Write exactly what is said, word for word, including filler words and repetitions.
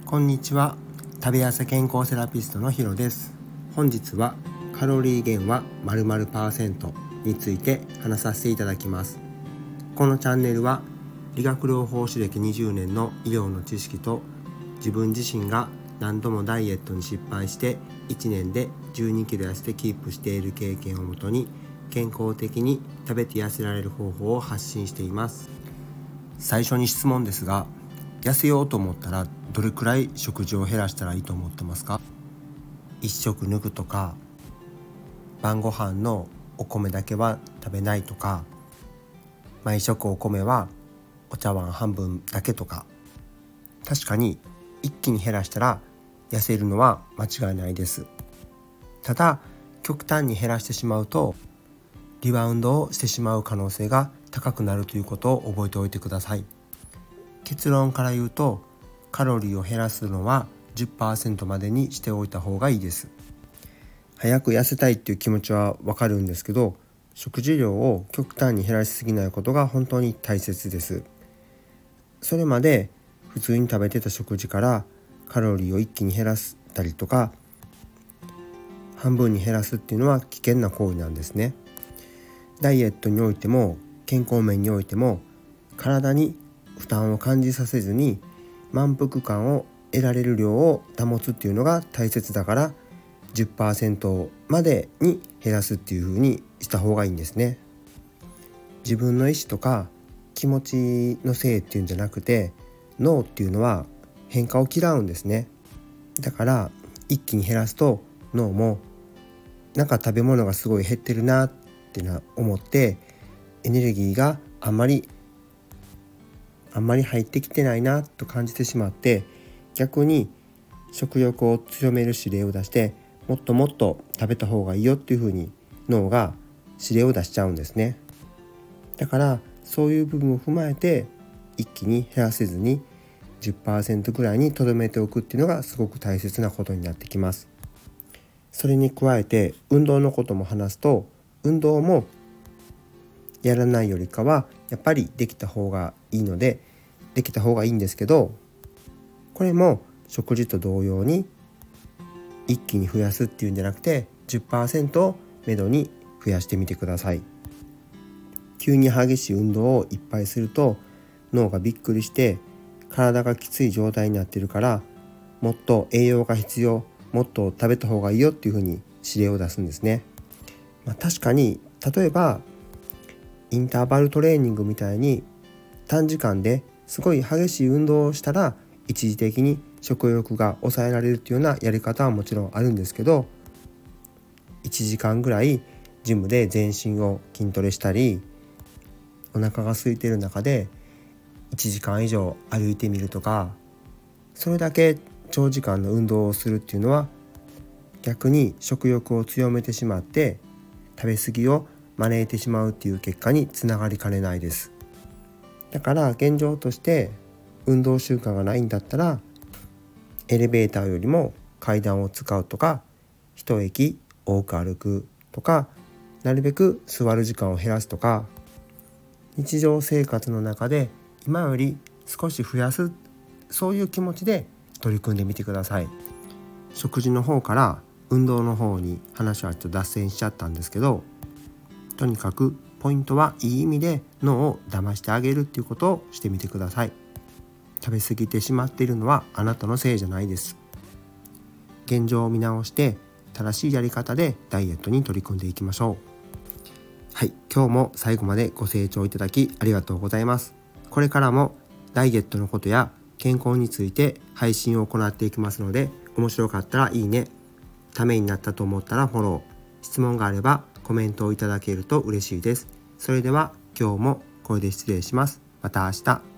こんにちは。食べ痩せ健康セラピストのヒロです。本日はカロリー減は〇〇パーセントについて話させていただきます。このチャンネルは理学療法士歴にじゅうねんの医療の知識と自分自身が何度もダイエットに失敗していちねんでじゅうにキロ痩せてキープしている経験をもとに健康的に食べて痩せられる方法を発信しています。最初に質問ですが、痩せようと思ったらどれくらい食事を減らしたらいいと思ってますか？一食抜くとか、晩ご飯のお米だけは食べないとか、毎食お米はお茶碗半分だけとか。確かに一気に減らしたら痩せるのは間違いないです。ただ極端に減らしてしまうとリバウンドをしてしまう可能性が高くなるということを覚えておいてください。結論から言うと、カロリーを減らすのは じゅっパーセント までにしておいた方がいいです。早く痩せたいっていう気持ちはわかるんですけど、食事量を極端に減らしすぎないことが本当に大切です。それまで普通に食べてた食事からカロリーを一気に減らしたりとか、半分に減らすっていうのは危険な行為なんですね。ダイエットにおいても健康面においても、体に負担を感じさせずに満腹感を得られる量を保つっていうのが大切だから、 じゅっパーセント までに減らすっていう風にした方がいいんですね。自分の意思とか気持ちのせいっていうんじゃなくて、脳っていうのは変化を嫌うんですね。だから一気に減らすと脳もなんか食べ物がすごい減ってるなってな思って、エネルギーがあんまりあんまり入ってきてないなと感じてしまって、逆に食欲を強める指令を出して、もっともっと食べた方がいいよっていうふうに脳が指令を出しちゃうんですね。だからそういう部分を踏まえて一気に減らせずに じゅっパーセント ぐらいに留めておくっていうのがすごく大切なことになってきます。それに加えて運動のことも話すと、運動もやらないよりかはやっぱりできた方がいいのでできた方がいいんですけど、これも食事と同様に一気に増やすっていうんじゃなくて じゅっパーセント をめどに増やしてみてください。急に激しい運動をいっぱいすると脳がびっくりして体がきつい状態になってるから、もっと栄養が必要、もっと食べた方がいいよっていうふうに指令を出すんですね。まあ、確かに例えばインターバルトレーニングみたいに短時間ですごい激しい運動をしたら一時的に食欲が抑えられるっていうようなやり方はもちろんあるんですけど、いちじかんぐらいジムで全身を筋トレしたり、お腹が空いている中でいちじかん以上歩いてみるとか、それだけ長時間の運動をするっていうのは逆に食欲を強めてしまって食べ過ぎを招いてしまうっていう結果につながりかねないです。だから現状として運動習慣がないんだったら、エレベーターよりも階段を使うとか、一駅多く歩くとか、なるべく座る時間を減らすとか、日常生活の中で今より少し増やす、そういう気持ちで取り組んでみてください。食事の方から運動の方に話はちょっと脱線しちゃったんですけど、とにかくポイントはいい意味で脳を騙してあげるっていうことをしてみてください。食べ過ぎてしまっているのはあなたのせいじゃないです。現状を見直して正しいやり方でダイエットに取り組んでいきましょう。はい、今日も最後までご清聴いただきありがとうございます。これからもダイエットのことや健康について配信を行っていきますので、面白かったらいいね、ためになったと思ったらフォロー、質問があればコメントをいただけると嬉しいです。それでは今日もこれで失礼します。また明日。